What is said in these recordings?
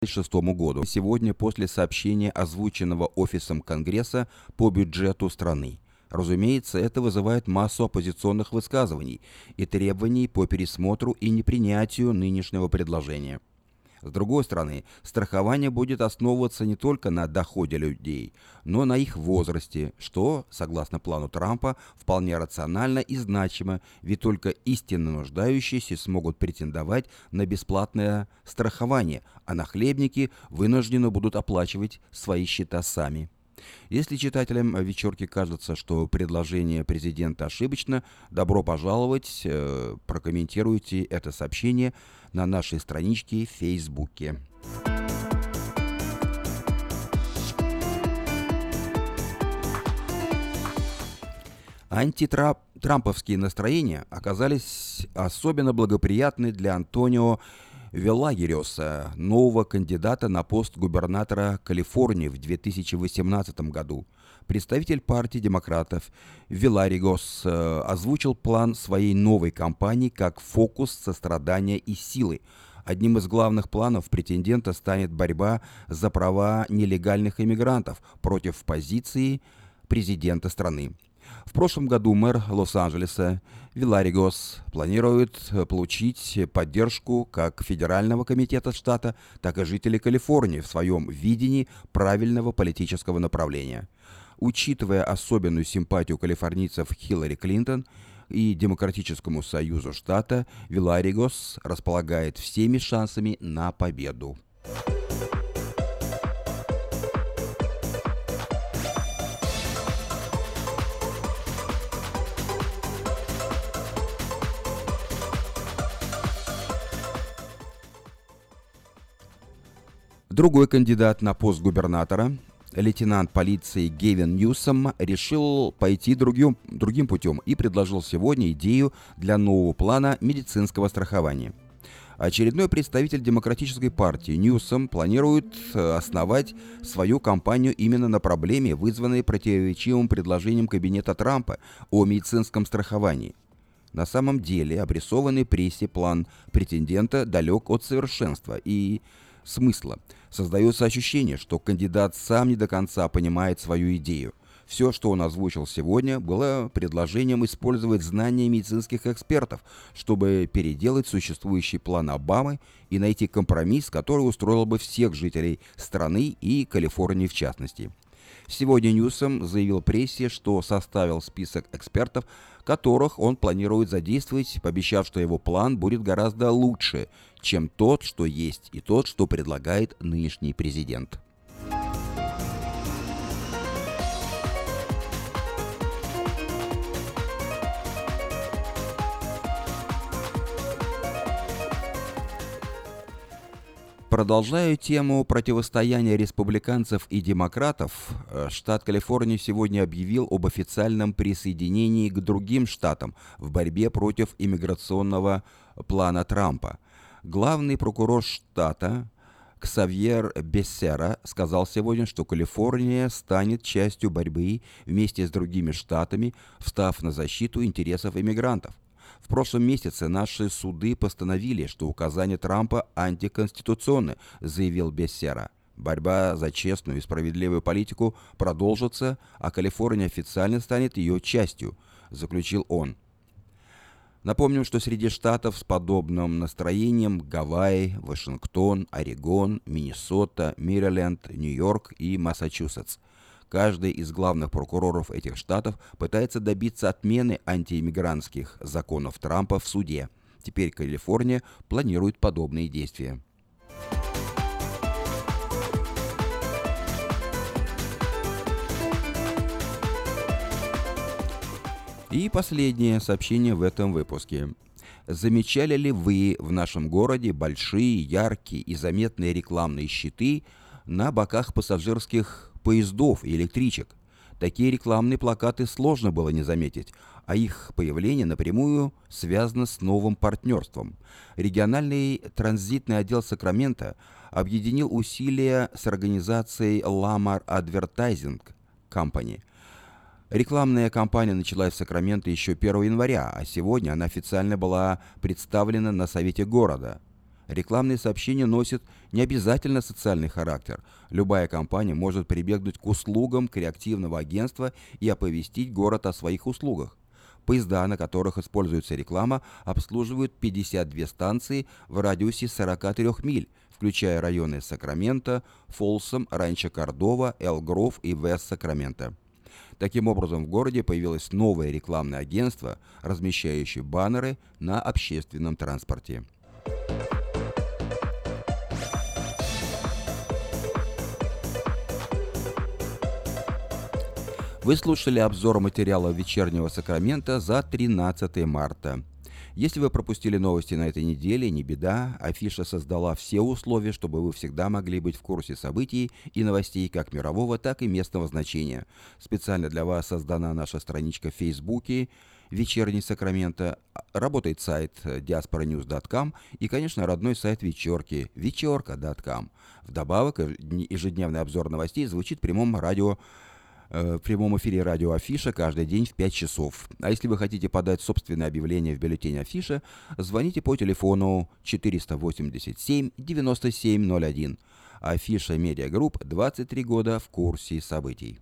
2006 году. Сегодня после сообщения, озвученного Офисом Конгресса по бюджету страны. Разумеется, это вызывает массу оппозиционных высказываний и требований по пересмотру и непринятию нынешнего предложения. С другой стороны, страхование будет основываться не только на доходе людей, но на их возрасте, что, согласно плану Трампа, вполне рационально и значимо, ведь только истинно нуждающиеся смогут претендовать на бесплатное страхование, а нахлебники вынуждены будут оплачивать свои счета сами. Если читателям «Вечерки» кажется, что предложение президента ошибочно, добро пожаловать, прокомментируйте это сообщение на нашей страничке в Фейсбуке. Антитрамповские настроения оказались особенно благоприятны для Антонио Вилагериоса, нового кандидата на пост губернатора Калифорнии в 2018 году. Представитель партии демократов Вилагериос озвучил план своей новой кампании как фокус сострадания и силы. Одним из главных планов претендента станет борьба за права нелегальных иммигрантов против позиции президента страны. В прошлом году мэр Лос-Анджелеса Вилагериос планирует получить поддержку как Федерального комитета штата, так и жителей Калифорнии в своем видении правильного политического направления. Учитывая особенную симпатию калифорнийцев Хиллари Клинтон и Демократическому союзу штата, Вилагериос располагает всеми шансами на победу. Другой кандидат на пост губернатора, лейтенант полиции Гевин Ньюсом, решил пойти другим путем и предложил сегодня идею для нового плана медицинского страхования. Очередной представитель Демократической партии Ньюсом планирует основать свою кампанию именно на проблеме, вызванной противоречивым предложением кабинета Трампа о медицинском страховании. На самом деле, обрисованный прессе план претендента далек от совершенства и смысла. Создается ощущение, что кандидат сам не до конца понимает свою идею. Все, что он озвучил сегодня, было предложением использовать знания медицинских экспертов, чтобы переделать существующий план Обамы и найти компромисс, который устроил бы всех жителей страны и Калифорнии в частности. Сегодня Ньюсом заявил прессе, что составил список экспертов, которых он планирует задействовать, пообещав, что его план будет гораздо лучше, чем тот, что есть, и тот, что предлагает нынешний президент. Продолжая тему противостояния республиканцев и демократов, штат Калифорния сегодня объявил об официальном присоединении к другим штатам в борьбе против иммиграционного плана Трампа. Главный прокурор штата Ксавьер Бессера сказал сегодня, что Калифорния станет частью борьбы вместе с другими штатами, встав на защиту интересов иммигрантов. В прошлом месяце наши суды постановили, что указания Трампа антиконституционны, заявил Бессера. Борьба за честную и справедливую политику продолжится, а Калифорния официально станет ее частью, заключил он. Напомним, что среди штатов с подобным настроением Гавайи, Вашингтон, Орегон, Миннесота, Мэриленд, Нью-Йорк и Массачусетс. Каждый из главных прокуроров этих штатов пытается добиться отмены антииммигрантских законов Трампа в суде. Теперь Калифорния планирует подобные действия. И последнее сообщение в этом выпуске. Замечали ли вы в нашем городе большие, яркие и заметные рекламные щиты на боках пассажирских поездов и электричек? Такие рекламные плакаты сложно было не заметить, а их появление напрямую связано с новым партнерством. Региональный транзитный отдел Сакраменто объединил усилия с организацией Lamar Advertising Company. Рекламная кампания началась в Сакраменто еще 1 января, а сегодня она официально была представлена на Совете города. Рекламные сообщения носят не обязательно социальный характер. Любая компания может прибегнуть к услугам креативного агентства и оповестить город о своих услугах. Поезда, на которых используется реклама, обслуживают 52 станции в радиусе 43 миль, включая районы Сакраменто, Фолсом, Ранчо-Кордова, Эл-Гров и Вест-Сакраменто. Таким образом, в городе появилось новое рекламное агентство, размещающее баннеры на общественном транспорте. Вы слушали обзор материала «Вечернего Сакрамента» за 13 марта. Если вы пропустили новости на этой неделе, не беда, Афиша создала все условия, чтобы вы всегда могли быть в курсе событий и новостей как мирового, так и местного значения. Специально для вас создана наша страничка в Фейсбуке «Вечерний Сакраменто», работает сайт diasporanews.com и, конечно, родной сайт вечерки вечерка.com. Вдобавок, ежедневный обзор новостей звучит в прямом эфире радио Афиша каждый день в 5 часов. А если вы хотите подать собственное объявление в бюллетень Афиша, звоните по телефону 487-9701. Афиша Медиа Групп, 23 года в курсе событий.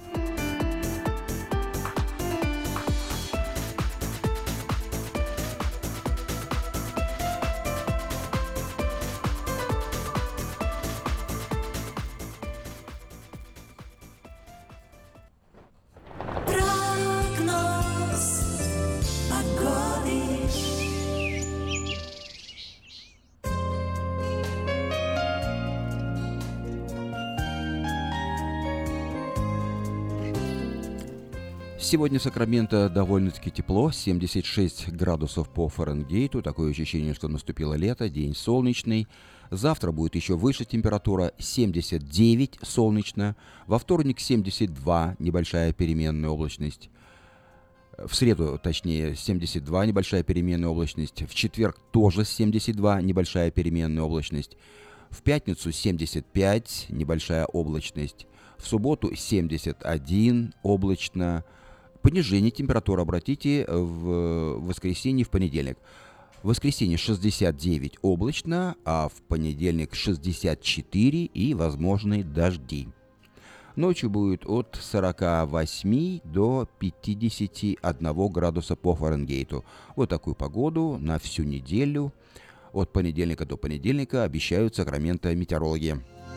Сегодня в Сакраменто довольно-таки тепло, 76 градусов по Фаренгейту, такое ощущение, что наступило лето, день солнечный. Завтра будет еще выше температура, 79 солнечно, во вторник 72, небольшая переменная облачность. В среду, точнее, 72, небольшая переменная облачность. В четверг тоже 72, небольшая переменная облачность. В пятницу 75, небольшая облачность. В субботу 71, облачно. Понижение температуры обратите в воскресенье и в понедельник. В воскресенье 69 облачно, а в понедельник 64 и возможны дожди. Ночью будет от 48 до 51 градуса по Фаренгейту. Вот такую погоду на всю неделю. От понедельника до понедельника обещают Сакраменто метеорологи.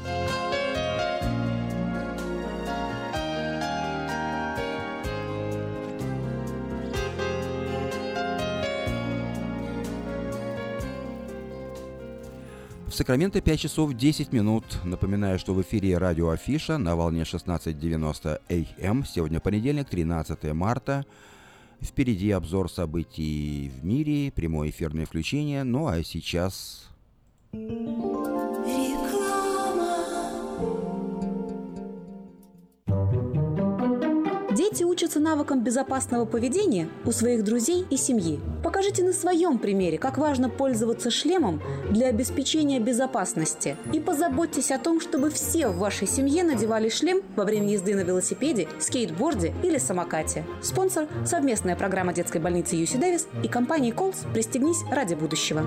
В Сакраменто 5 часов 10 минут. Напоминаю, что в эфире радио Афиша на волне 16:90 АМ. Сегодня понедельник, 13 марта. Впереди обзор событий в мире, прямое эфирное включение. Ну а сейчас... Дети учатся навыкам безопасного поведения у своих друзей и семьи. Покажите на своем примере, как важно пользоваться шлемом для обеспечения безопасности. И позаботьтесь о том, чтобы все в вашей семье надевали шлем во время езды на велосипеде, скейтборде или самокате. Спонсор – совместная программа детской больницы UC Дэвис и компании Колс «Пристегнись ради будущего».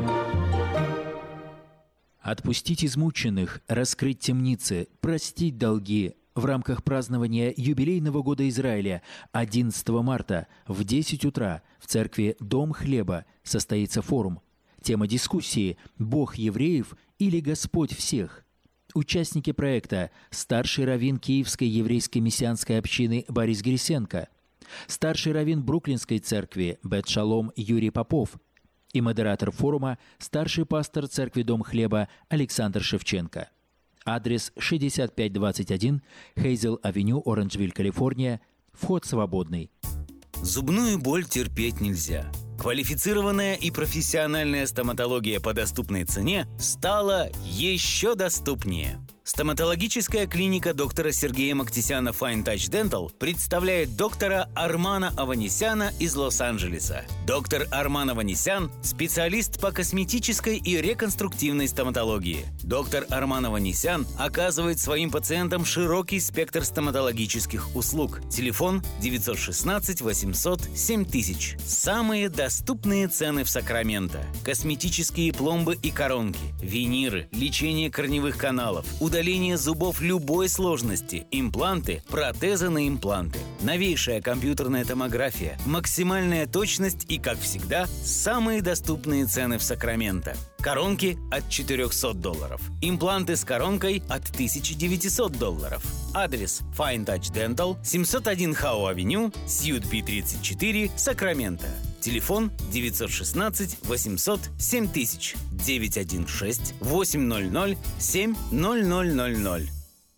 Отпустить измученных, раскрыть темницы, простить долги – в рамках празднования юбилейного года Израиля 11 марта в 10 утра в церкви «Дом хлеба» состоится форум. Тема дискуссии «Бог евреев или Господь всех?». Участники проекта – старший раввин Киевской еврейской мессианской общины Борис Грисенко, старший раввин Бруклинской церкви Бет Шалом Юрий Попов и модератор форума – старший пастор церкви «Дом хлеба» Александр Шевченко. Адрес 6521 Хейзел-авеню, Оранжвиль, Калифорния. Вход свободный. Зубную боль терпеть нельзя. Квалифицированная и профессиональная стоматология по доступной цене стала еще доступнее. Стоматологическая клиника доктора Сергея Мактисяна Fine Touch Dental представляет доктора Армана Аванесяна из Лос-Анджелеса. Доктор Арман Аванесян – специалист по косметической и реконструктивной стоматологии. Доктор Арман Аванесян оказывает своим пациентам широкий спектр стоматологических услуг. Телефон 916 800 7000. Самые доступные цены в Сакраменто. Косметические пломбы и коронки, виниры, лечение корневых каналов, удаление зубов любой сложности, импланты, протезы на импланты, новейшая компьютерная томография, максимальная точность и, как всегда, самые доступные цены в Сакраменто. Коронки от $400, импланты с коронкой от $1900. Адрес Fine Touch Dental, 701 Хау-авеню, Сьют P34, Сакраменто. Телефон 916 800 7000 916 800 7000.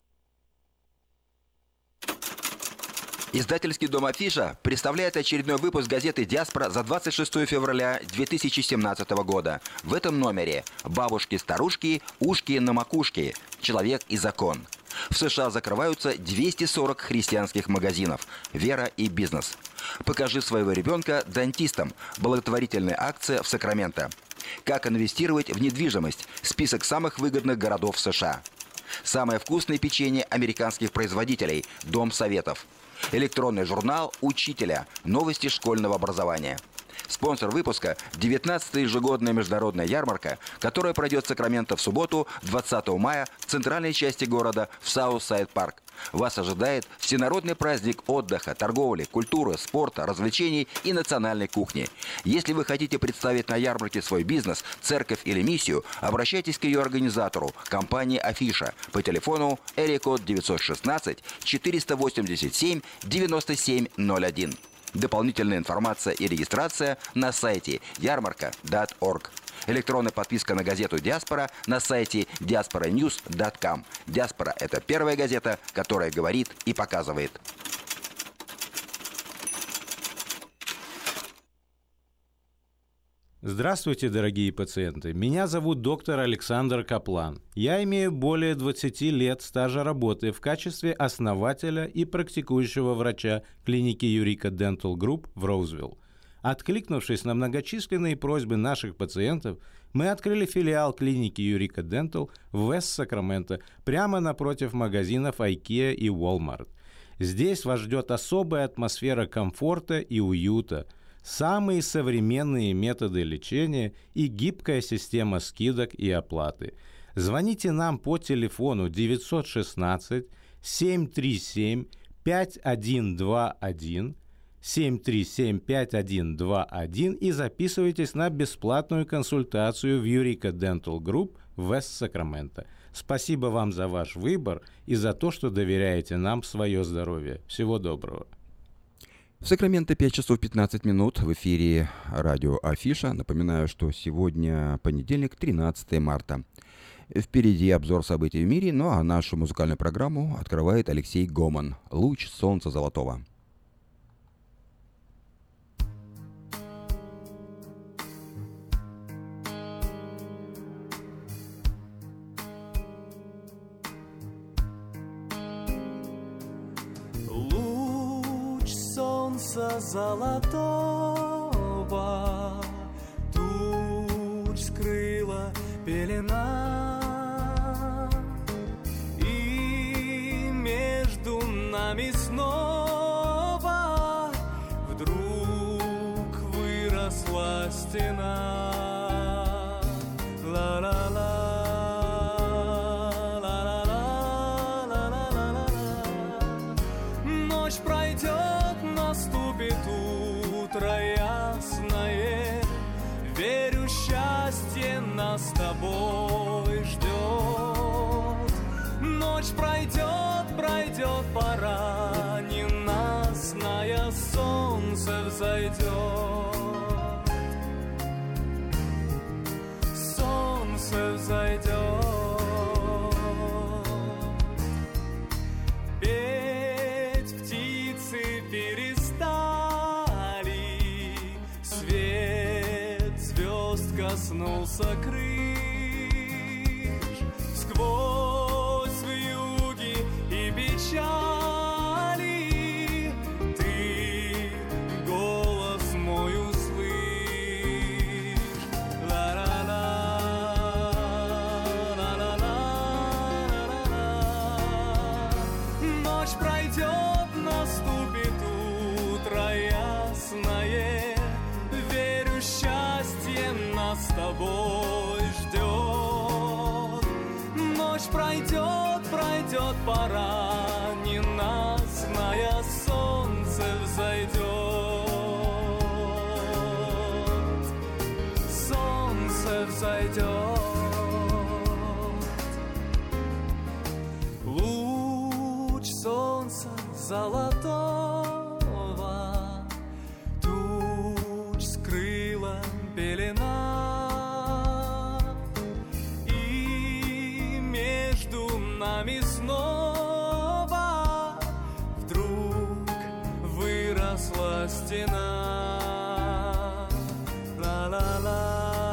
Издательский дом «Афиша» представляет очередной выпуск газеты «Диаспора» за 26 февраля 2017 года. В этом номере «Бабушки-старушки, ушки на макушке. Человек и закон». В США закрываются 240 христианских магазинов. Вера и бизнес. «Покажи своего ребенка дантистам». Благотворительная акция в Сакраменто. Как инвестировать в недвижимость. Список самых выгодных городов США. Самое вкусное печенье американских производителей. Дом советов. Электронный журнал «Учителя». Новости школьного образования. Спонсор выпуска – 19-я ежегодная международная ярмарка, которая пройдет в Сакраменто в субботу, 20 мая, в центральной части города, в Саут-Сайд-парк. Вас ожидает всенародный праздник отдыха, торговли, культуры, спорта, развлечений и национальной кухни. Если вы хотите представить на ярмарке свой бизнес, церковь или миссию, обращайтесь к ее организатору, компании «Афиша», по телефону area-код 916 487 9701. Дополнительная информация и регистрация на сайте ярмарка.org. Электронная подписка на газету «Диаспора» на сайте diasporanews.com. «Диаспора» — это первая газета, которая говорит и показывает. Здравствуйте, дорогие пациенты. Меня зовут доктор Александр Каплан. Я имею более 20 лет стажа работы в качестве основателя и практикующего врача клиники Eureka Dental Group в Роузвилл. Откликнувшись на многочисленные просьбы наших пациентов, мы открыли филиал клиники Eureka Dental в Вест-Сакраменто, прямо напротив магазинов IKEA и Walmart. Здесь вас ждет особая атмосфера комфорта и уюта, самые современные методы лечения и гибкая система скидок и оплаты. Звоните нам по телефону 916 737 5121 737-5121 и записывайтесь на бесплатную консультацию в Eureka Dental Group в Вест-Сакраменто. Спасибо вам за ваш выбор и за то, что доверяете нам свое здоровье. Всего доброго. В Сакраменто 5 часов 15 минут. В эфире радио «Афиша». Напоминаю, что сегодня понедельник, 13 марта. Впереди обзор событий в мире, ну а нашу музыкальную программу открывает Алексей Гоман. «Луч солнца золотого». Золотого туч скрыла пелена, и между нами снова вдруг выросла стена. Ла-ла-ла. Нас с тобой ждет. Ночь пройдет, пройдет пора, ненастное солнце взойдет. Солнце взойдет. Петь птицы перестали, свет звезд коснулся крыш. Сквозь ясное. Верю, счастье нас с тобой ждет. Ночь пройдет, пройдет пора, ненастное солнце взойдет. Солнце взойдет. Луч солнца золотого туч скрыла пелена, и между нами снова вдруг выросла стена. Ла-ла-ла.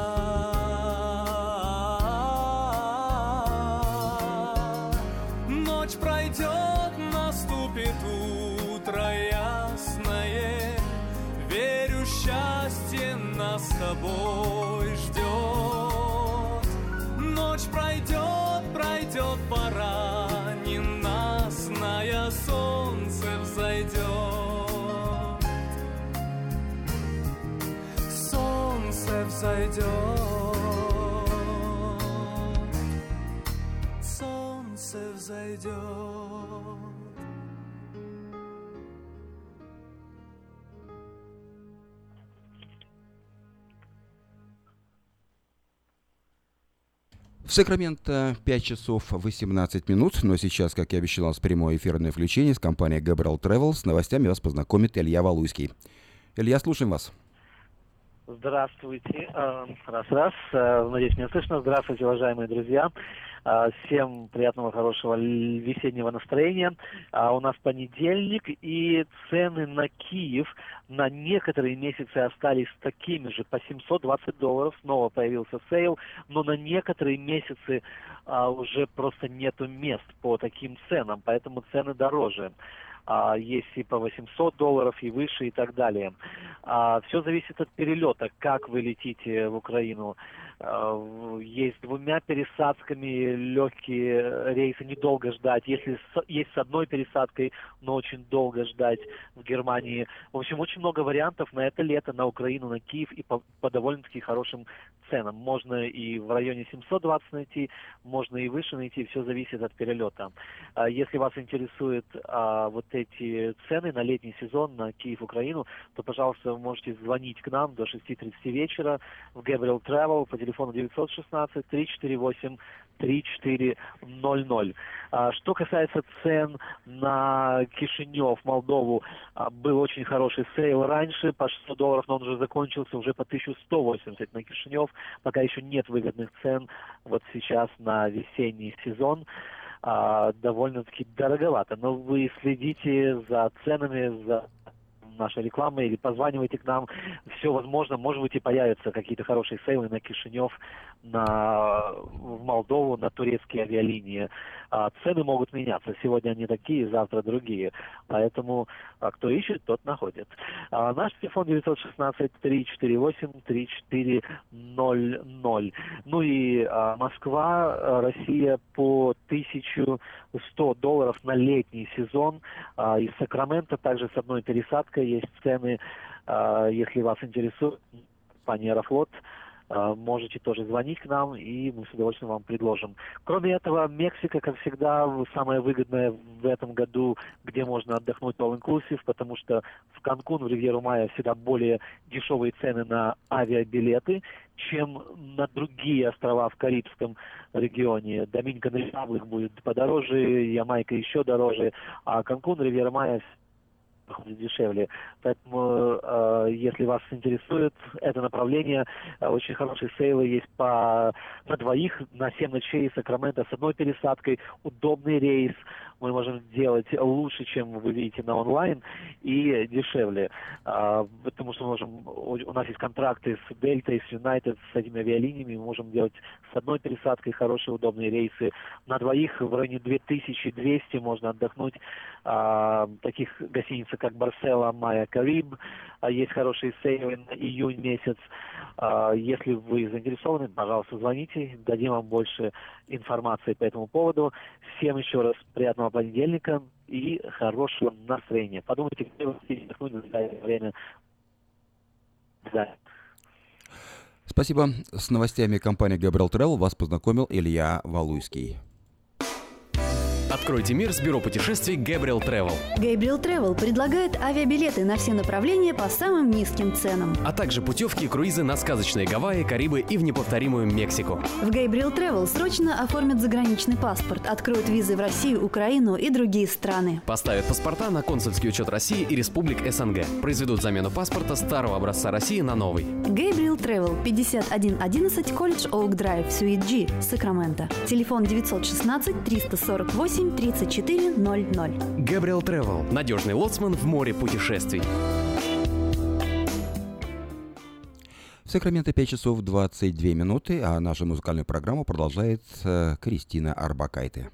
Ночь пройдет, наступит утро ясное. Верю, счастье нас с тобой ждет. Ночь пройдет, пройдет пора, ненастное солнце взойдет. Солнце взойдет. Солнце взойдет. В Сакраменто 5 часов 18 минут, но сейчас, как и обещал, с прямое эфирное включение с компанией Gabriel Travel. С новостями вас познакомит Илья Валуйский. Илья, слушаем вас. Здравствуйте. Раз. Надеюсь, меня слышно. Здравствуйте, уважаемые друзья. Всем приятного, хорошего весеннего настроения. У нас понедельник, и цены на Киев на некоторые месяцы остались такими же, по $720. Снова появился сейл, но на некоторые месяцы уже просто нету мест по таким ценам, поэтому цены дороже. Есть и по $800 и выше и так далее. Все зависит от перелета, как вы летите в Украину. Есть с 2 пересадками легкие рейсы, недолго ждать. Если есть с 1 пересадкой, но очень долго ждать в Германии. В общем, очень много вариантов на это лето, на Украину, на Киев и по довольно-таки хорошим ценам. Можно и в районе 720 найти, можно и выше найти, все зависит от перелета. Если вас интересуют вот эти цены на летний сезон, на Киев, Украину, то, пожалуйста, вы можете звонить к нам до 6:30 вечера в Gabriel Travel по телефону 916-348-3400. Что касается цен на Кишинев, Молдову, был очень хороший сейл раньше по $600, но он уже закончился уже по 1180 на Кишинев. Пока еще нет выгодных цен вот сейчас на весенний сезон. Довольно-таки дороговато, но вы следите за ценами, за нашей рекламой или позванивайте к нам, все возможно, может быть и появятся какие-то хорошие сейлы на Кишинев, в Молдову, на турецкие авиалинии. Цены могут меняться, сегодня они такие, завтра другие, поэтому кто ищет, тот находит. Наш телефон 916-348-3400. Ну и Москва, Россия по $1100 на летний сезон. Из Сакрамента также с 1 пересадкой есть цены, если вас интересует компания Аэрофлот. Можете тоже звонить к нам, и мы с удовольствием вам предложим. Кроме этого, Мексика, как всегда, самое выгодное в этом году, где можно отдохнуть all-inclusive, потому что в Канкун, в Ривьеру Майя всегда более дешевые цены на авиабилеты, чем на другие острова в Карибском регионе. Доминикан Репаблик будет подороже, Ямайка еще дороже, а Канкун, Ривьера Майя дешевле. Поэтому, если вас интересует это направление, очень хорошие сейлы есть на двоих, на 7 ночей Сакраменто с 1 пересадкой, удобный рейс. Мы можем сделать лучше, чем вы видите на онлайн, и дешевле. Потому что у нас есть контракты с Delta, с United, с этими авиалиниями. Мы можем делать с 1 пересадкой хорошие, удобные рейсы. На двоих в районе 2200 можно отдохнуть. Таких гостиниц, как Барсела, Майя, Кариб. Есть хорошие сейлы на июнь месяц. Если вы заинтересованы, пожалуйста, звоните. Дадим вам больше информации по этому поводу. Всем еще раз приятного понедельника и хорошего настроения. Подумайте, где вы хотите отдохнуть в это время Да. Спасибо. С новостями компании Gabriel Travel вас познакомил Илья Валуйский. Откройте мир с бюро путешествий Gabriel Travel. Gabriel Travel предлагает авиабилеты на все направления по самым низким ценам. А также путевки и круизы на сказочные Гавайи, Карибы и в неповторимую Мексику. В Gabriel Travel срочно оформят заграничный паспорт, откроют визы в Россию, Украину и другие страны. Поставят паспорта на консульский учет России и республик СНГ. Произведут замену паспорта старого образца России на новый. Gabriel Travel, 5111 College Oak Drive, Suite G, Сакраменто. Телефон 916-348-3400. Gabriel Travel. Надежный лоцман в море путешествий. В Сакраменто 5 часов 22 минуты, а нашу музыкальную программу продолжает Кристина Арбакайте.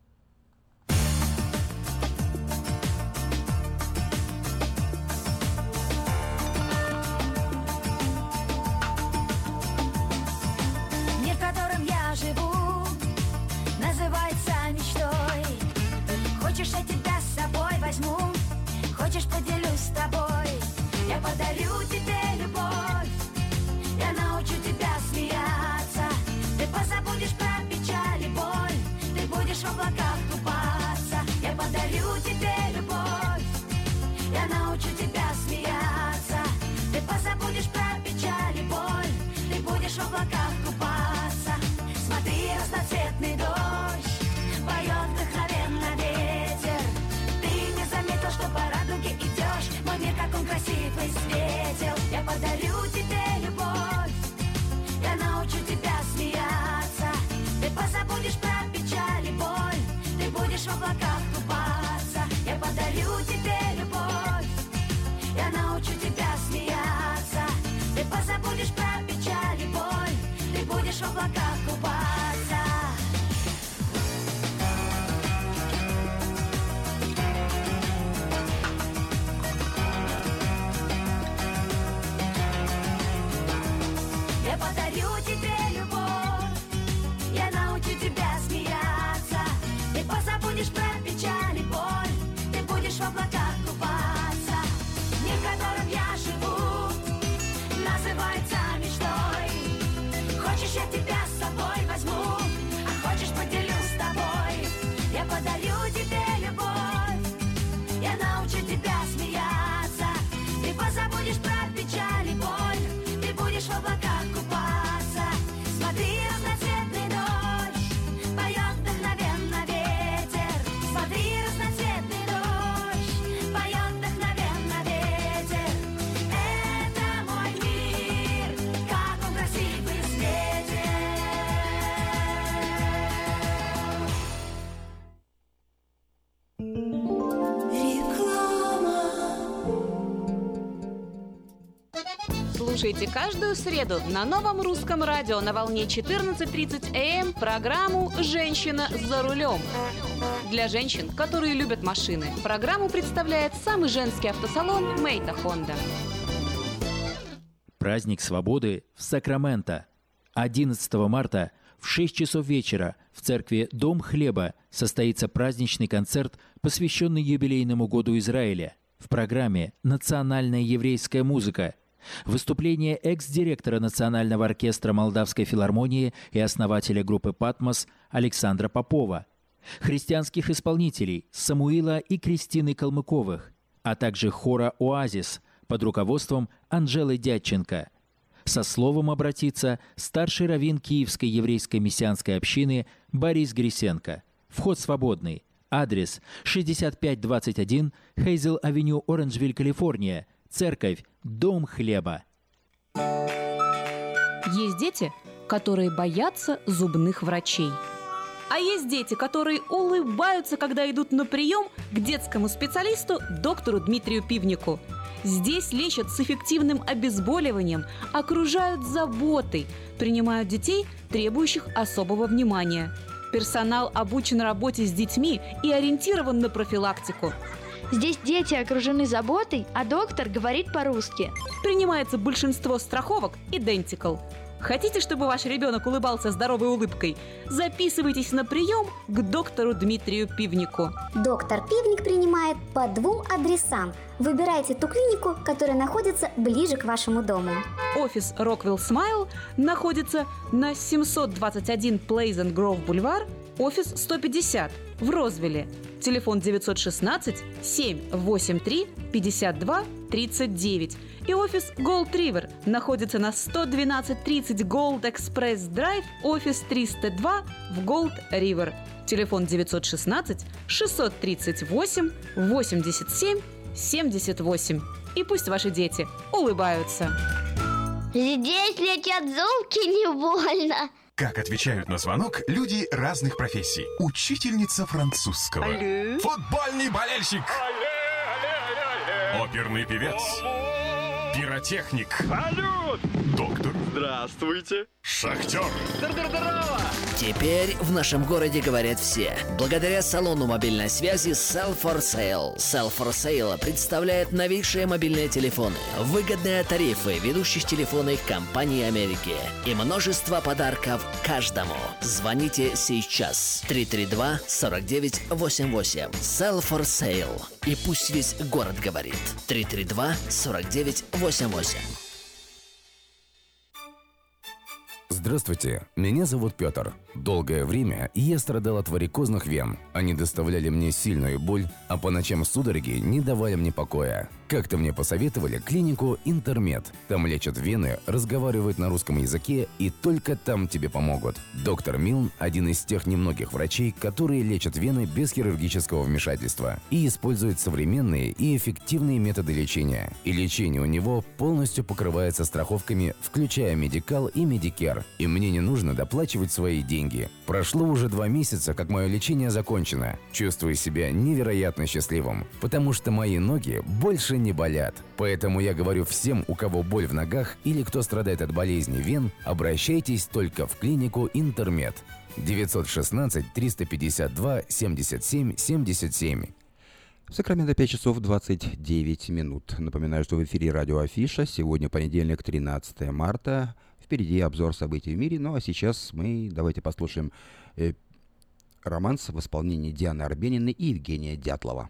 Мир, в котором я живу, называется мечтой. Хочешь, я тебя с собой возьму, хочешь, поделюсь с тобой. Я подарю тебе любовь, я научу тебя смеяться. Ты позабудешь про печаль и боль, ты будешь в облаках купаться. Я подарю тебе любовь, я научу тебя смеяться. Ты позабудешь про печаль и боль, ты будешь в облаках купаться. Смотри, разноцветный дождь поет вдохновенно ветер. Ты не заметил, что по радуге идешь, мой мир, как он красивый, светил. Я подарю тебе любовь, я научу тебя смеяться. Ты позабудешь про печаль и боль, ты будешь в облаках купаться. Я подарю тебе любовь, я научу тебя смеяться. Ты позабудешь про печаль и боль, ты будешь в облаках купаться. Я подарю тебе любовь, я научу тебя смеяться. Ты позабудешь про печаль и боль, ты будешь в облаках купаться. Мир, в котором я живу, называется мечтой. Хочешь, я тебя с собой возьму, а хочешь, поделюсь с тобой. Я подарю тебе любовь, я научу тебя смеяться. Ты позабудешь про печаль и боль, ты будешь в облаках купаться. Смотри, разноцветный дождь поет вдохновенно ветер. Смотри, разноцветный дождь поет вдохновенно ветер. Это мой мир, как он красивый, светит. Слушайте каждую среду на Новом русском радио на волне 14:30 АМ программу «Женщина за рулем». Для женщин, которые любят машины, программу представляет самый женский автосалон «Мейта Хонда». Праздник свободы в Сакраменто. 11 марта в 6 часов вечера в церкви «Дом хлеба» состоится праздничный концерт, посвященный юбилейному году Израиля. В программе «Национальная еврейская музыка». Выступление экс-директора Национального оркестра Молдавской филармонии и основателя группы «Патмос» Александра Попова, христианских исполнителей Самуила и Кристины Калмыковых, а также хора «Оазис» под руководством Анжелы Дядченко. Со словом обратится старший раввин Киевской еврейской мессианской общины Борис Грисенко. Вход свободный. Адрес 6521 Хейзел-авеню, Оранжвиль, Калифорния. Церковь «Дом хлеба». Есть дети, которые боятся зубных врачей. А есть дети, которые улыбаются, когда идут на прием к детскому специалисту доктору Дмитрию Пивнику. Здесь лечат с эффективным обезболиванием, окружают заботой, принимают детей, требующих особого внимания. Персонал обучен работе с детьми и ориентирован на профилактику. Здесь дети окружены заботой, а доктор говорит по-русски. Принимается большинство страховок Identical. Хотите, чтобы ваш ребенок улыбался здоровой улыбкой? Записывайтесь на прием к доктору Дмитрию Пивнику. Доктор Пивник принимает по 2 адресам. Выбирайте ту клинику, которая находится ближе к вашему дому. Офис Rockwell Smile находится на 721 Pleasant Grove Boulevard, офис 150 в Розвилле. Телефон 916-783-52-39. И офис Gold River находится на 11230 Gold Express Drive, офис 302 в Gold River. Телефон 916-638-87-78. И пусть ваши дети улыбаются. Здесь летят золки, не больно. Как отвечают на звонок люди разных профессий. Учительница французского. Алле. Футбольный болельщик. Оперный певец. Пиротехник. Салют! Доктор. Здравствуйте. Шахтер. Здорово! Теперь в нашем городе говорят все. Благодаря салону мобильной связи Cell for Sale. Cell for Sale представляет новейшие мобильные телефоны, выгодные тарифы ведущих телефонных компаний Америки и множество подарков каждому. Звоните сейчас. 332-4988. Cell for Sale. И пусть весь город говорит. 332-4988. Здравствуйте, меня зовут Петр. Долгое время я страдал от варикозных вен. Они доставляли мне сильную боль, а по ночам судороги не давали мне покоя. Как-то мне посоветовали клинику Интермед. Там лечат вены, разговаривают на русском языке и только там тебе помогут. Доктор Милн – один из тех немногих врачей, которые лечат вены без хирургического вмешательства и используют современные и эффективные методы лечения. И лечение у него полностью покрывается страховками, включая Медикал и Медикер. И мне не нужно доплачивать свои деньги. Прошло уже 2 месяца, как мое лечение закончено. Чувствую себя невероятно счастливым, потому что мои ноги больше не болят. Поэтому я говорю всем, у кого боль в ногах или кто страдает от болезни вен, обращайтесь только в клинику Интермед. 916-352-77-77. В Сакраменто 5 часов 29 минут. Напоминаю, что в эфире радио Афиша. Сегодня понедельник, 13 марта. Впереди обзор событий в мире. Ну а сейчас мы давайте послушаем романс в исполнении Дианы Арбениной и Евгения Дятлова.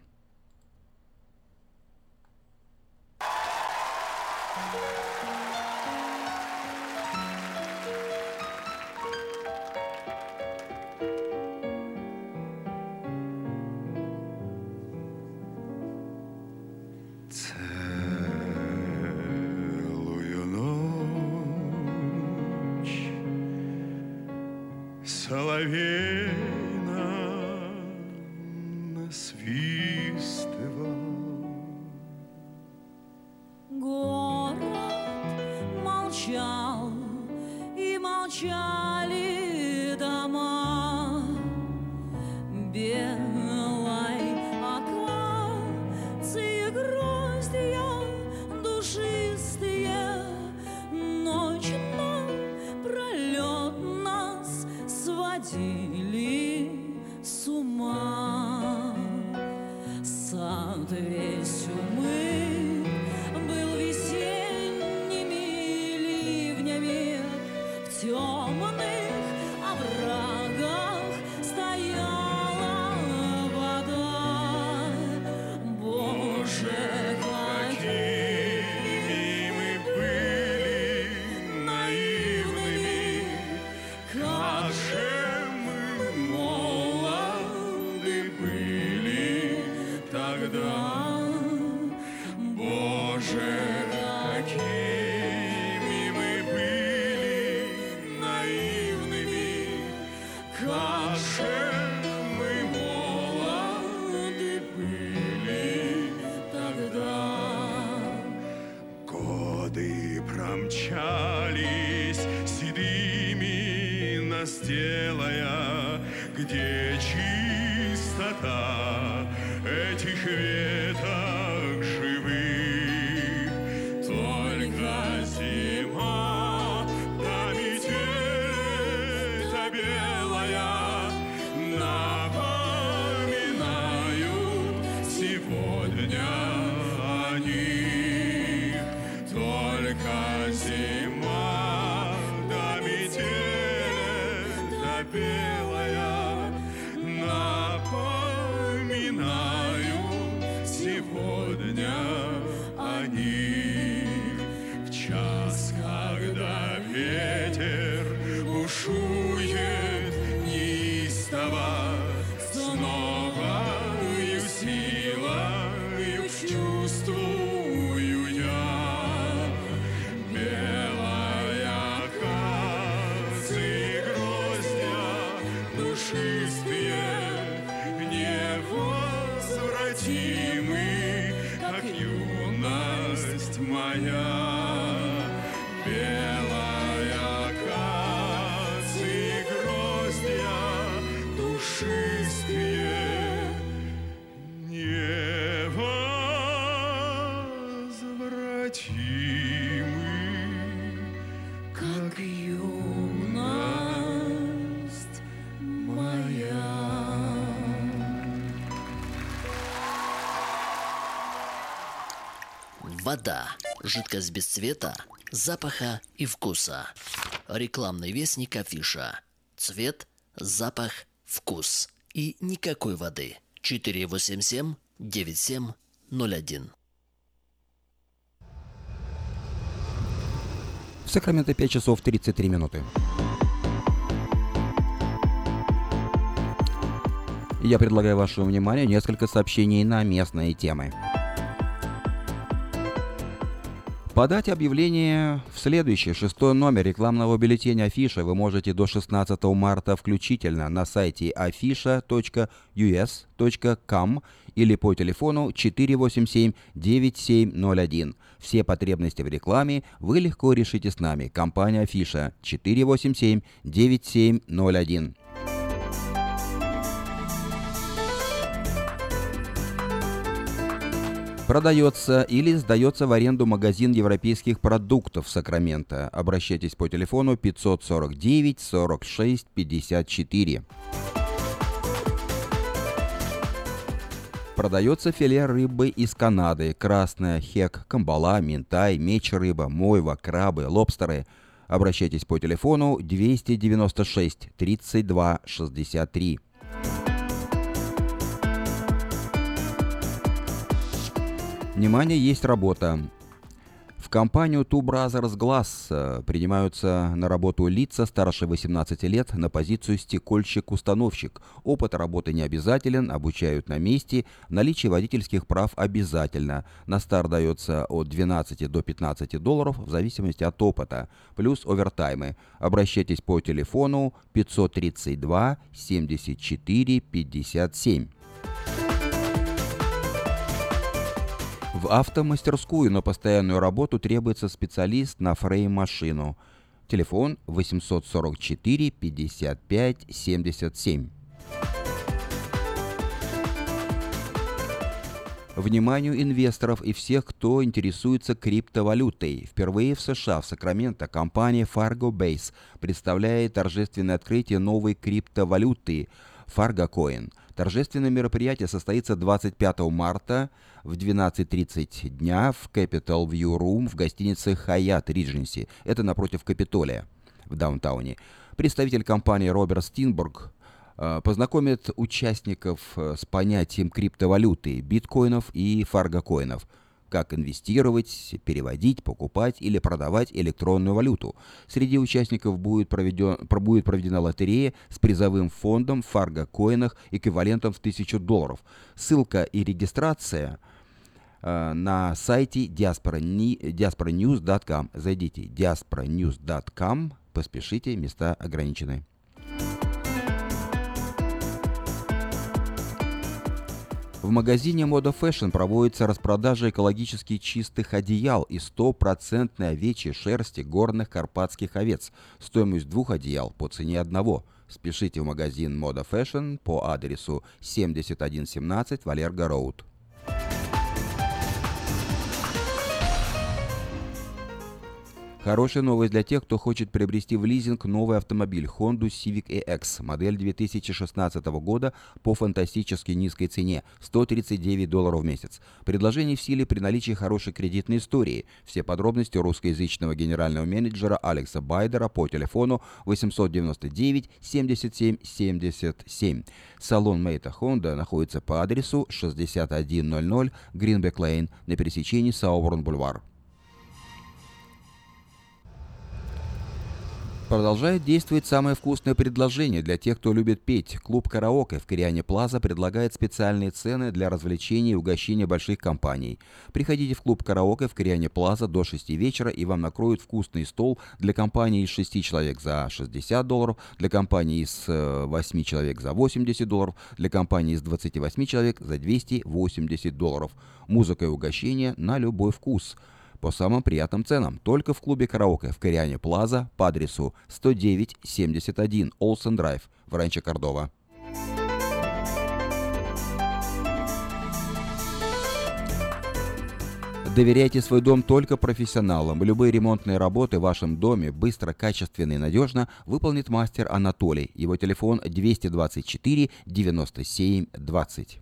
Соловейна насвистывал. Город молчал, и молчали дома. Белой акации гроздья душистые, ночь напролет нас сводили с ума. Сад весь умыт был весенними ливнями, в темных оврагах стояла вода. Боже, какими мы были наивными, как же мы молоды были тогда. Боже, какими мы были наивными, как же мы молоды были тогда. Годы промчались седыми нас делая, где чистота этих веток живых. Только зима да метель-то белая напоминают сегодня о них. Только зима да сегодня о них. В час, когда ветер бушует неистово, с новою силою чувствую я. Белая акация, гроздья душистые, невозвратимы, как юность моя. Белая акация, гроздья душистые, невозвратимы, как юность моя. Вода. Жидкость без цвета, запаха и вкуса. Рекламный вестник Афиша. Цвет, запах, вкус. И никакой воды. 487-9701. В Сакраменто 5 часов 33 минуты. Я предлагаю вашему вниманию несколько сообщений на местные темы. Подать объявление в следующий, 6-й номер рекламного бюллетеня Афиша вы можете до 16 марта включительно на сайте afisha.us.com или по телефону 487-9701. Все потребности в рекламе вы легко решите с нами. Компания Афиша 487-9701. Продается или сдается в аренду магазин европейских продуктов в Сакраменто. Обращайтесь по телефону 549 46 54. Продается филе рыбы из Канады. Красная, хек, камбала, минтай, меч рыба, мойва, крабы, лобстеры. Обращайтесь по телефону 296 32 63. Внимание, есть работа. В компанию Two Brothers Glass принимаются на работу лица старше 18 лет на позицию стекольщик-установщик. Опыт работы не обязателен, обучают на месте, наличие водительских прав обязательно. На старт дается от 12 до 15 долларов в зависимости от опыта, плюс овертаймы. Обращайтесь по телефону 532 74 57. В автомастерскую на постоянную работу требуется специалист на фрейм-машину. Телефон 844 55 77. Вниманию инвесторов и всех, кто интересуется криптовалютой. Впервые в США, в Сакраменто, компания Fargo Base представляет торжественное открытие новой криптовалюты Fargo Coin. Торжественное мероприятие состоится 25 марта в 12:30 дня в Capital View Room в гостинице Hyatt Regency. Это напротив Капитолия в даунтауне. Представитель компании Роберт Стинбург познакомит участников с понятием криптовалюты, биткоинов и фаргокоинов. Как инвестировать, переводить, покупать или продавать электронную валюту. Среди участников будет проведена лотерея с призовым фондом в фаргокоинах эквивалентом в $1000. Ссылка и регистрация на сайте diasporanews.com. Зайдите diasporanews.com, поспешите, места ограничены. В магазине Moda Fashion проводится распродажа экологически чистых одеял из 100% овечьей шерсти горных карпатских овец. Стоимость 2 одеял по цене одного. Спешите в магазин Moda Fashion по адресу 7117 Валерго Роуд. Хорошая новость для тех, кто хочет приобрести в лизинг новый автомобиль Honda Civic EX, модель 2016 года по фантастически низкой цене – $139 в месяц. Предложение в силе при наличии хорошей кредитной истории. Все подробности у русскоязычного генерального менеджера Алекса Байдера по телефону 899 77 77. Салон Мэйта Honda находится по адресу 6100 Greenback Lane на пересечении Сауборн-Бульвар. Продолжает действовать самое вкусное предложение для тех, кто любит петь. Клуб «Караоке» в Кориане Плаза предлагает специальные цены для развлечений и угощения больших компаний. Приходите в клуб «Караоке» в Кориане Плаза до 6 вечера, и вам накроют вкусный стол для компании из 6 человек за $60, для компании из 8 человек за $80, для компании из 28 человек за $280. Музыка и угощение на любой вкус. По самым приятным ценам. Только в клубе «Караоке» в Кориане Плаза по адресу 109-71 Олсен Драйв в Ранчо Кордова. Доверяйте свой дом только профессионалам. Любые ремонтные работы в вашем доме быстро, качественно и надежно выполнит мастер Анатолий. Его телефон 224 97 20.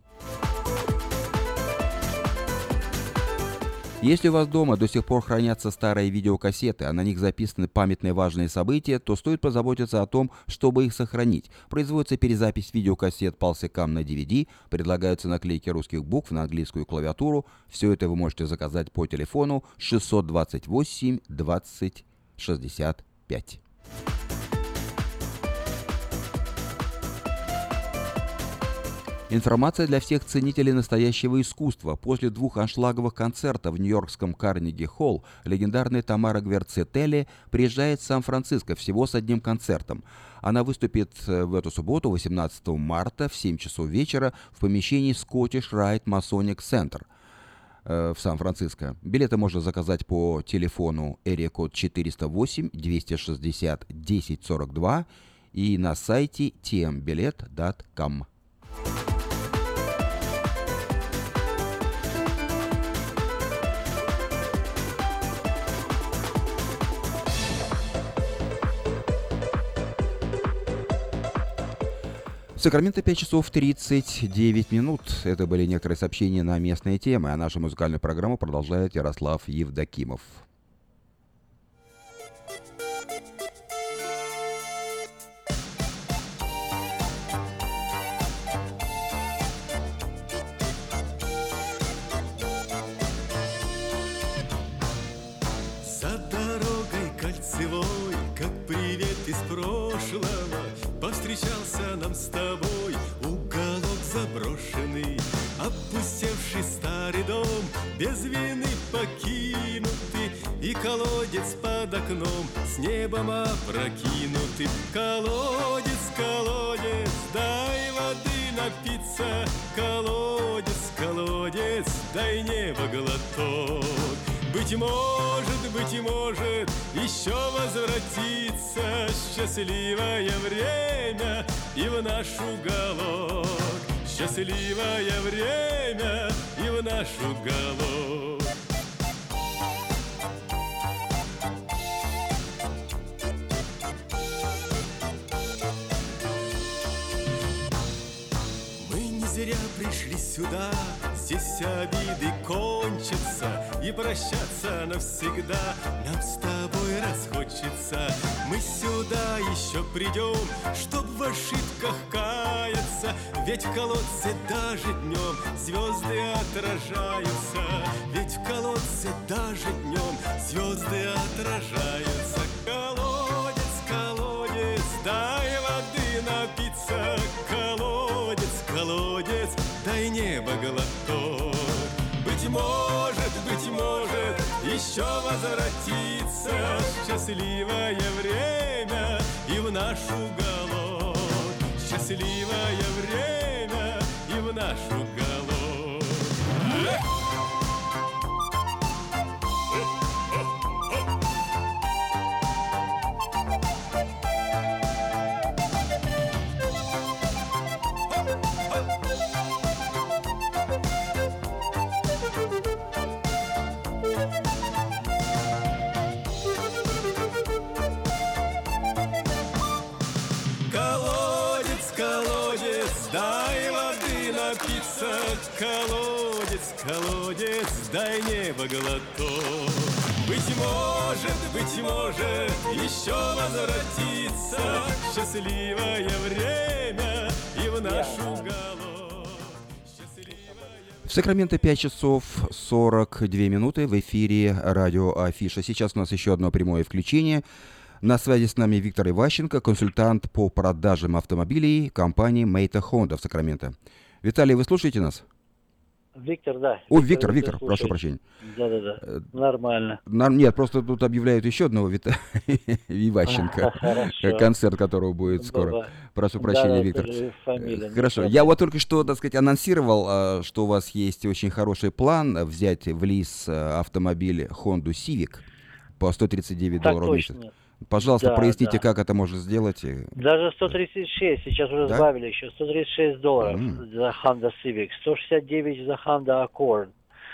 Если у вас дома до сих пор хранятся старые видеокассеты, а на них записаны памятные важные события, то стоит позаботиться о том, чтобы их сохранить. Производится перезапись видеокассет PulseCam на DVD, предлагаются наклейки русских букв на английскую клавиатуру. Все это вы можете заказать по телефону 628 20 65. Информация для всех ценителей настоящего искусства. После 2 аншлаговых концертов в нью-йоркском Карнеги-Холл легендарная Тамара Гвердцетели приезжает в Сан-Франциско всего с одним концертом. Она выступит в эту субботу, 18 марта, в 7 часов вечера в помещении Scottish Rite Masonic Center в Сан-Франциско. Билеты можно заказать по телефону area-код 408 260 1042 и на сайте tmbilet.com. В Сакраменто 5 часов 39 минут. Это были некоторые сообщения на местные темы, а нашу музыкальную программу продолжает Ярослав Евдокимов. За дорогой кольцевой, как привет из прошлого, повстречался нам с тобой уголок заброшенный, опустевший старый дом, без вины покинутый, и колодец под окном, с небом опрокинутый. Колодец, колодец, дай воды напиться, колодец, колодец, дай небо глоток. Быть может, еще возвратится счастливое время и в наш уголок. Счастливое время и в наш уголок. Мы не зря пришли сюда, здесь обиды кончатся, и прощаться навсегда нам с тобой расхочется. Мы сюда еще придем, чтоб в ошибках каяться, ведь в колодце даже днем звезды отражаются. Ведь в колодце даже днем звезды отражаются. Колодец, колодец, дай воды напиться, колодец, колодец, дай небо глоток. Быть может, еще возвратится счастливое время и в наш уголок. Счастливое время и в наш уголок. напиться. Колодец, колодец, дай небо глоток. Быть может, еще возвратится счастливое время и в наш уголок. В Сакраменто 5 часов 42 минуты, в эфире радио Афиша. Сейчас у нас еще одно прямое включение. На связи с нами Виктор Иващенко, консультант по продажам автомобилей компании Мэйта Honda в Сакраменто. Виталий, вы слушаете нас? Виктор, да. О, Виктор, прошу прощения. Да. Нормально. Нет, просто тут объявляют еще одного Иващенко, концерт которого будет скоро. Прошу прощения, Виктор. Хорошо. Я вот только что, так сказать, анонсировал, что у вас есть очень хороший план взять в лиз автомобиль Honda Civic по $139 в месяц. Пожалуйста, проясните, как это можно сделать. Даже 136, сейчас уже сбавили еще, $136 за Honda Civic, 169 за Honda Accord.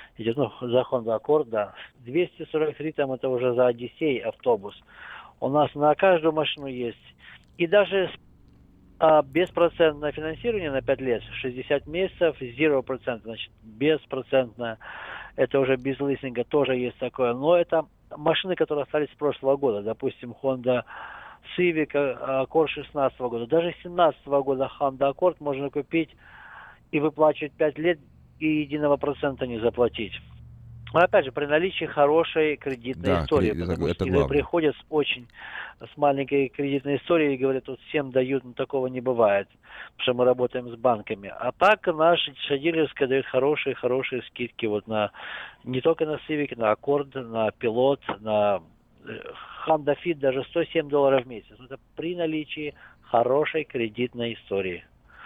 За Honda Accord, да. 243 там это уже за Odyssey автобус. У нас на каждую машину есть. И даже беспроцентное финансирование на 5 лет, 60 месяцев, 0%, значит, беспроцентное. Это уже без лизинга, тоже есть такое. Но это машины, которые остались с прошлого года. Допустим, Honda Civic, Accord 16 года. Даже 17 года Honda Accord можно купить и выплачивать 5 лет и единого процента не заплатить. Но опять же, при наличии хорошей кредитной истории. Потому что люди приходят с маленькой кредитной историей и говорят, вот всем дают, но такого не бывает. Потому что мы работаем с банками. А так наша дилерская дает хорошие скидки вот на не только на Civic, на Accord, на Pilot, на Honda Fit даже $107 в месяц. Это при наличии хорошей кредитной истории.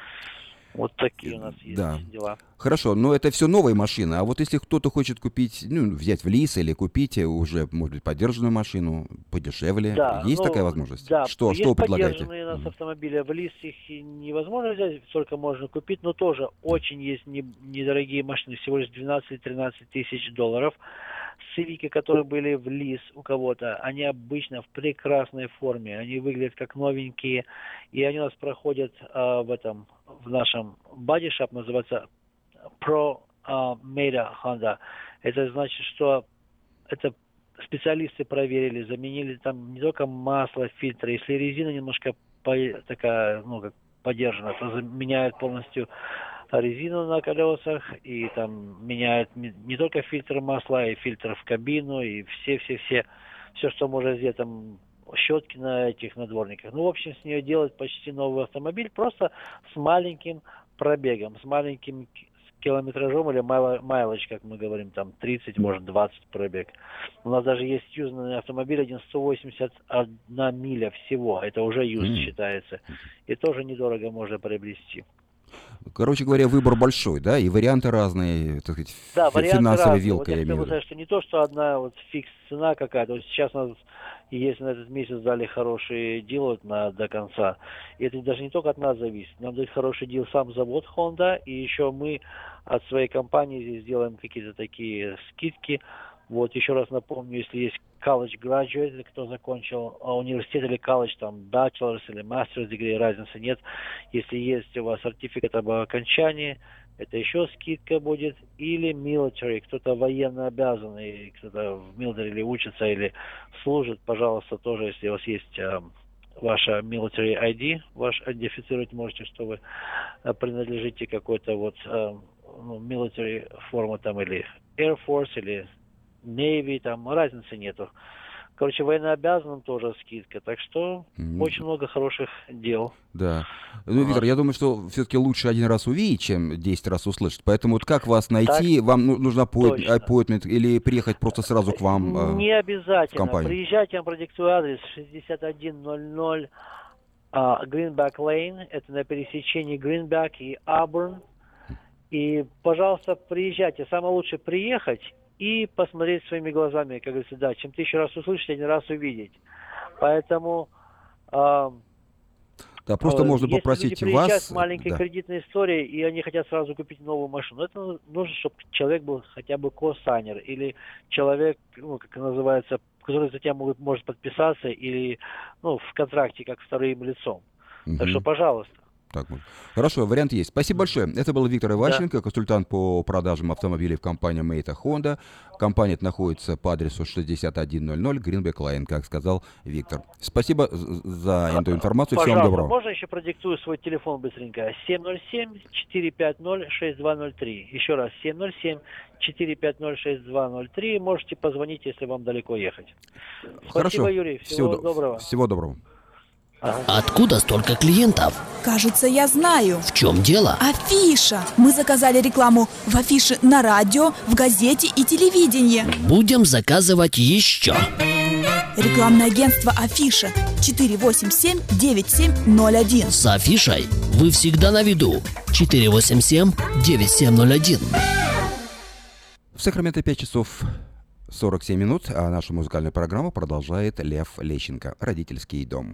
Вот такие у нас есть дела. Хорошо, но это все новые машины. А вот если кто-то хочет купить, взять в лиз или купить уже, может быть, подержанную машину подешевле, есть такая возможность? Да, что вы предлагаете? Подержанные у нас автомобили, в лиз их невозможно взять, только можно купить, но тоже очень есть недорогие машины, всего лишь 12-13 тысяч $. Civic, которые были в лиз у кого-то, они обычно в прекрасной форме, они выглядят как новенькие, и они у нас проходят в нашем бодишоп, называется Pro Made Honda. Это значит, что это специалисты проверили, заменили там не только масло, фильтры, если резина немножко такая, как подержана, то заменяют полностью резину на колесах и там меняют не только фильтр масла, и фильтр в кабину, и все, что можно сделать, там щетки на этих надворниках. В общем, с нее делать почти новый автомобиль, просто с маленьким пробегом, с маленьким километражом или майледж, как мы говорим, там 30, может 20 пробег. У нас даже есть юзный автомобиль, 181 миля всего, это уже юз считается. И тоже недорого можно приобрести. Короче говоря, выбор большой, да, и варианты разные, так сказать, варианты финансовой разные. вилкой, я имею в виду. Что не то, что одна фикс цена какая-то. Вот сейчас у нас, если на этот месяц дали хороший дил до конца, и это даже не только от нас зависит. Нам дает хороший дил сам завод Honda, и еще мы от своей компании здесь делаем какие-то такие скидки. Вот, еще раз напомню, если есть college graduate, кто закончил университет или колледж, там, bachelor's или master's degree, разницы нет. Если есть у вас сертификат об окончании, это еще скидка будет. Или military, кто-то военно обязанный, кто-то в military или учится, или служит, пожалуйста, тоже, если у вас есть ваша military ID, ваш идентифицировать можете, что вы принадлежите какой-то military форму там, или Air Force, или Navy, там разницы нету. Короче, военнообязанным тоже скидка. Так что очень много хороших дел. Да. Виктор, я думаю, что все-таки лучше один раз увидеть, чем 10 раз услышать. Поэтому вот как вас найти? Так, вам нужно appointment или приехать просто сразу к вам не обязательно. В компанию? Приезжайте, я вам продиктую адрес 6100 Greenback Lane. Это на пересечении Greenback и Auburn. И, пожалуйста, приезжайте. Самое лучшее приехать и посмотреть своими глазами, как говорится, да, чем 1000 раз услышать, один раз увидеть. Поэтому просто можно если попросить люди приезжают вас с маленькой кредитной историей, и они хотят сразу купить новую машину, это нужно, чтобы человек был хотя бы коссайнер, или человек, как называется, который затем может подписаться, или в контракте, как вторым лицом. Так что, пожалуйста. Так вот. Хорошо, вариант есть. Спасибо большое. Это был Виктор Иващенко, консультант по продажам автомобилей в компании Мэйта Honda. Компания находится по адресу 6100 Greenback Lane, как сказал Виктор. Спасибо за эту информацию. Пожалуйста, всем доброго. можно еще продиктую свой телефон быстренько? 707-450-6203. Еще раз, 707-450-6203. Можете позвонить, если вам далеко ехать. Спасибо, Юрий. Всего доброго. Всего доброго. Откуда столько клиентов? Кажется, я знаю. В чем дело? Афиша. Мы заказали рекламу в афише на радио, в газете и телевидении. Будем заказывать еще. Рекламное агентство «Афиша» 487-9701. С афишей вы всегда на виду. 487-9701. В Сакраменто 5 часов 47 минут, а нашу музыкальную программу продолжает Лев Лещенко, «Родительский дом».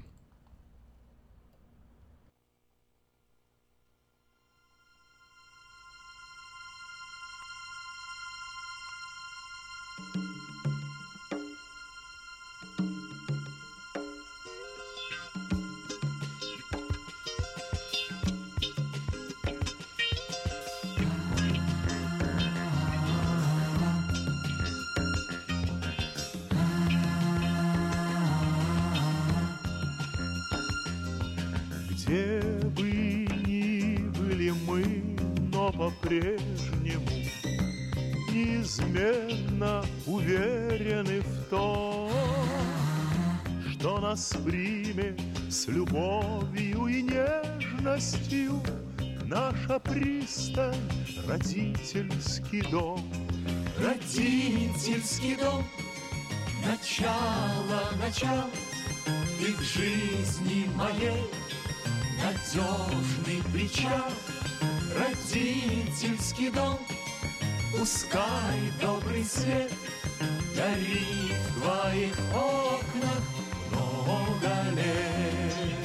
Где бы ни были мы, но по-прежнему неизменно уверены в том, что нас примет с любовью и нежностью наша пристань, родительский дом. Родительский дом, начало и в жизни моей надежный причал. Родительский дом, пускай добрый свет горит в твоих окнах много лет.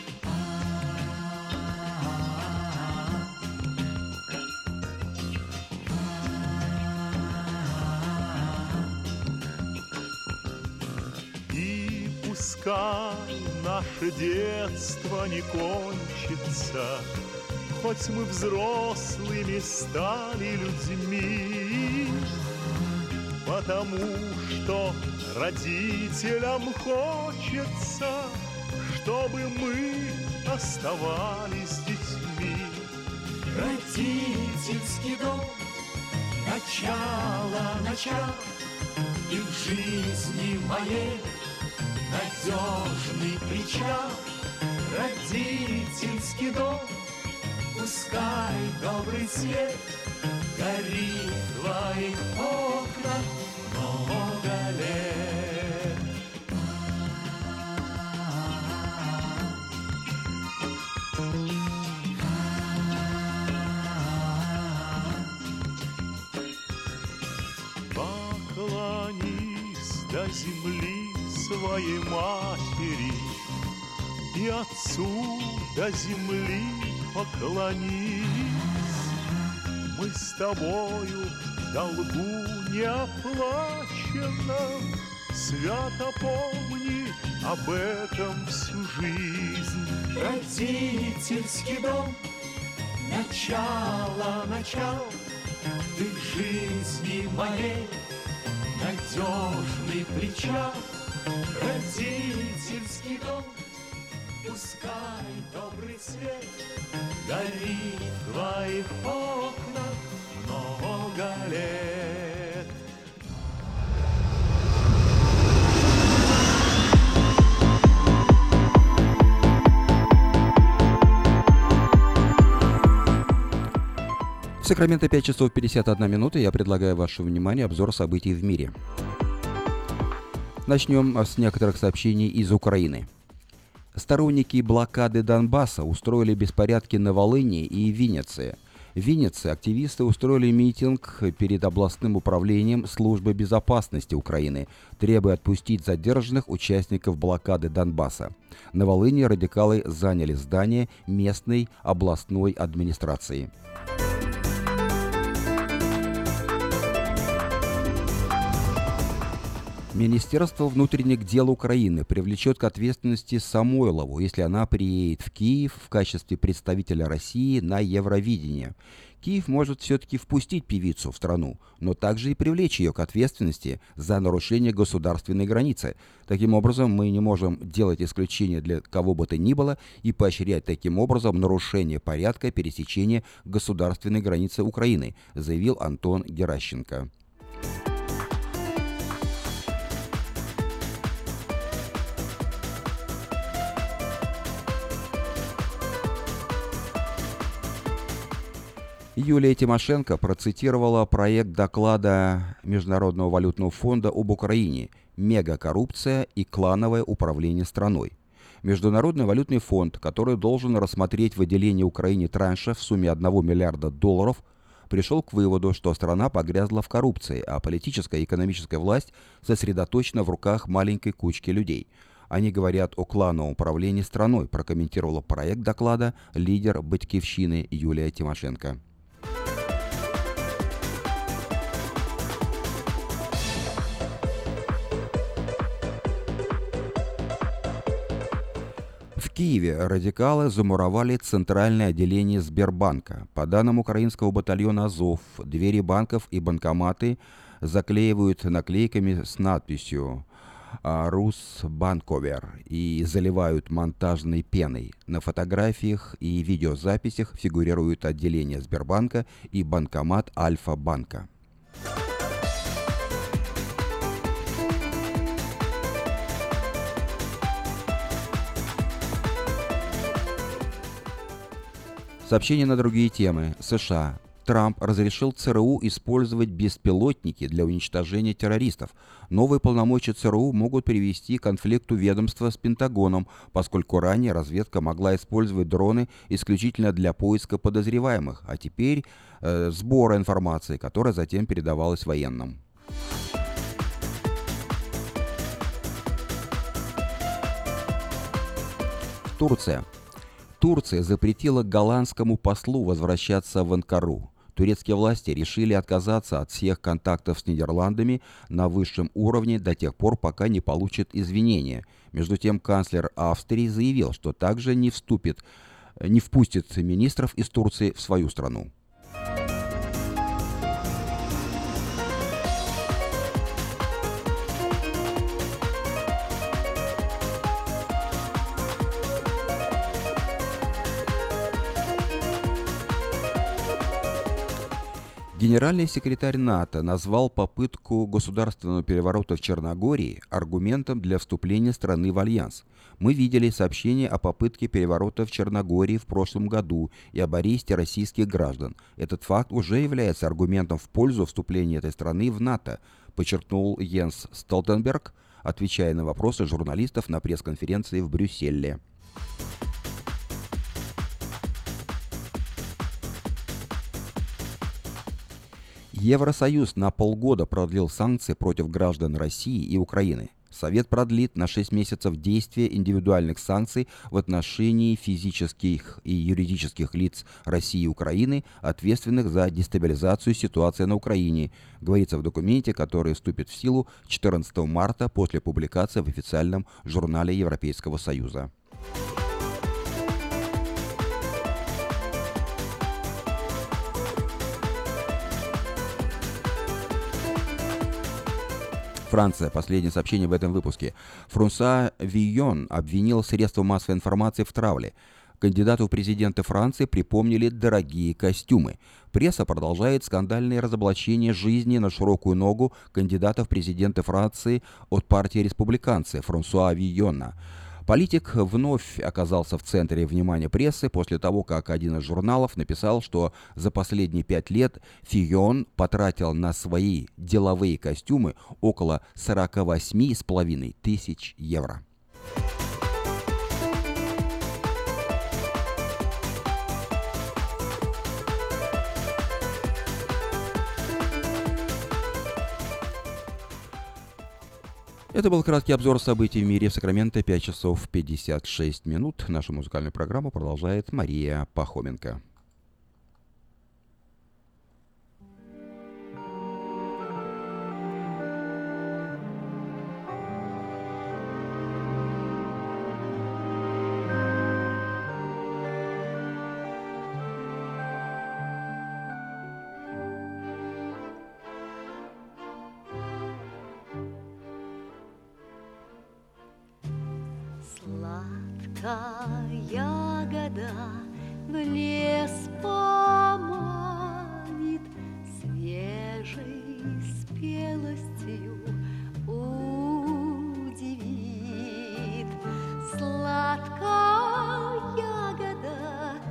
И пускай наше детство не кончится, хоть мы взрослыми стали людьми, потому что родителям хочется, чтобы мы оставались детьми. Родительский дом, начало и в жизни моей надежный причал. Родительский дом, пускай добрый свет горит в твоих окнах много лет. Поклонись до земли своей матери, и отцу до земли поклонись. Мы с тобою в долгу неоплаченном, свято помни об этом всю жизнь. Родительский дом, начало ты в жизни моей надежный причал. Родительский дом, пускай добрый свет горит в твоих окнах много лет. В Сакраменто 5 часов 51 минута. Я предлагаю вашему вниманию обзор событий в мире. Начнем с некоторых сообщений из Украины. Сторонники блокады Донбасса устроили беспорядки на Волыни и Виннице. В Виннице активисты устроили митинг перед областным управлением Службы безопасности Украины, требуя отпустить задержанных участников блокады Донбасса. На Волыни радикалы заняли здание местной областной администрации. Министерство внутренних дел Украины привлечет к ответственности Самойлову, если она приедет в Киев в качестве представителя России на Евровидение. Киев может все-таки впустить певицу в страну, но также и привлечь ее к ответственности за нарушение государственной границы. Таким образом, мы не можем делать исключения для кого бы то ни было и поощрять таким образом нарушение порядка пересечения государственной границы Украины, заявил Антон Геращенко. Юлия Тимошенко процитировала проект доклада Международного валютного фонда об Украине «Мегакоррупция и клановое управление страной». Международный валютный фонд, который должен рассмотреть выделение Украине транша в сумме $1 миллиарда, пришел к выводу, что страна погрязла в коррупции, а политическая и экономическая власть сосредоточена в руках маленькой кучки людей. Они говорят о клановом управлении страной, прокомментировала проект доклада лидер «Батьківщини» Юлия Тимошенко. В Киеве радикалы замуровали центральное отделение Сбербанка. По данным украинского батальона «Азов», двери банков и банкоматы заклеивают наклейками с надписью «Русбанковер» и заливают монтажной пеной. На фотографиях и видеозаписях фигурируют отделение Сбербанка и банкомат Альфа-банка. Сообщение на другие темы. США. Трамп разрешил ЦРУ использовать беспилотники для уничтожения террористов. Новые полномочия ЦРУ могут привести к конфликту ведомства с Пентагоном, поскольку ранее разведка могла использовать дроны исключительно для поиска подозреваемых, а теперь сбора информации, которая затем передавалась военным. Турция. Турция запретила голландскому послу возвращаться в Анкару. Турецкие власти решили отказаться от всех контактов с Нидерландами на высшем уровне до тех пор, пока не получат извинения. Между тем, канцлер Австрии заявил, что также не впустит министров из Турции в свою страну. Генеральный секретарь НАТО назвал попытку государственного переворота в Черногории аргументом для вступления страны в альянс. Мы видели сообщение о попытке переворота в Черногории в прошлом году и об аресте российских граждан. Этот факт уже является аргументом в пользу вступления этой страны в НАТО, подчеркнул Йенс Столтенберг, отвечая на вопросы журналистов на пресс-конференции в Брюсселе. Евросоюз на полгода продлил санкции против граждан России и Украины. Совет продлит на 6 месяцев действие индивидуальных санкций в отношении физических и юридических лиц России и Украины, ответственных за дестабилизацию ситуации на Украине, говорится в документе, который вступит в силу 14 марта после публикации в официальном журнале Европейского Союза. Франция. Последнее сообщение в этом выпуске. Франсуа Вийон обвинил средства массовой информации в травле. Кандидату в президенты Франции припомнили дорогие костюмы. Пресса продолжает скандальные разоблачения жизни на широкую ногу кандидата в президенты Франции от партии республиканцев Франсуа Вийона. Политик вновь оказался в центре внимания прессы после того, как один из журналов написал, что за последние 5 лет Фийон потратил на свои деловые костюмы около 48,5 тысяч евро. Это был краткий обзор событий в мире в Сакраменто. 5 часов 56 минут. Нашу музыкальную программу продолжает Мария Пахоменко. ягода в лес поманит, свежей спелостью удивит. Сладкая ягода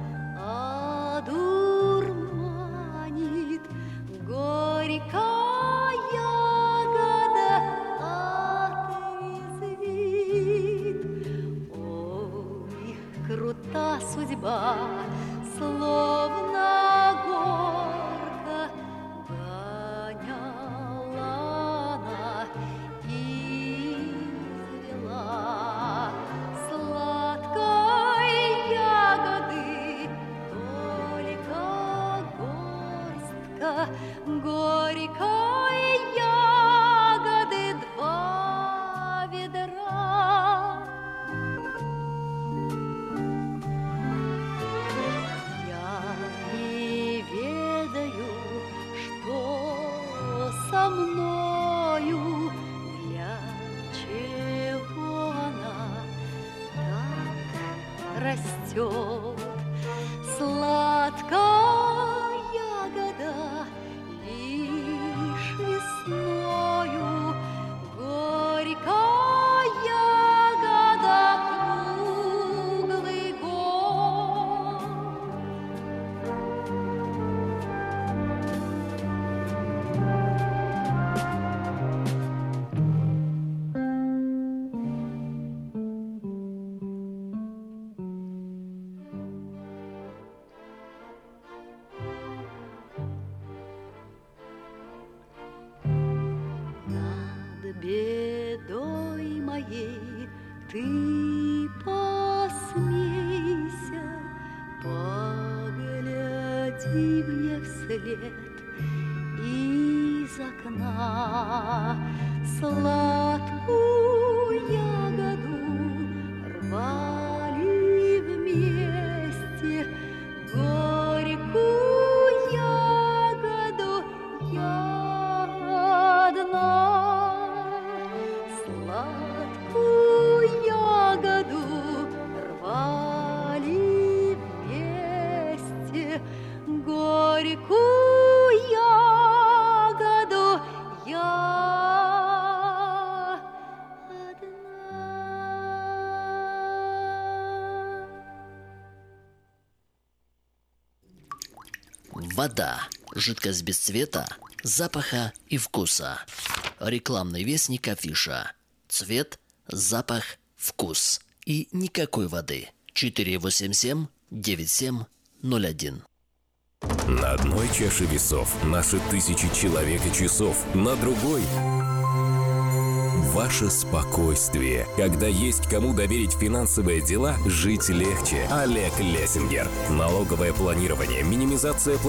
одурманит, горькая ягода отрезвит. Ой, крута судьба, словно горка, гоняла она и вела. Сладкой ягоды только горстка, горькой ягоды 2 ведра. Я не ведаю, что со мною, для чего она так растет. Сладкая ягода лишь весною, горькая ягода круглый год. Над бедой моей ты посмейся, погляди мне вслед из окна. Сладкую ягоду рвали вместе, горькую ягоду я одна. Сладкую ягоду рвали вместе, горькую ягоду я Вода – жидкость без цвета, запаха и вкуса. Рекламный вестник афиша. Цвет, запах, вкус. И никакой воды. 487-9701. На одной чаше весов наши тысячи человек и часов, на другой ваше спокойствие. Когда есть кому доверить финансовые дела, жить легче. Олег Лессингер. Налоговое планирование, минимизация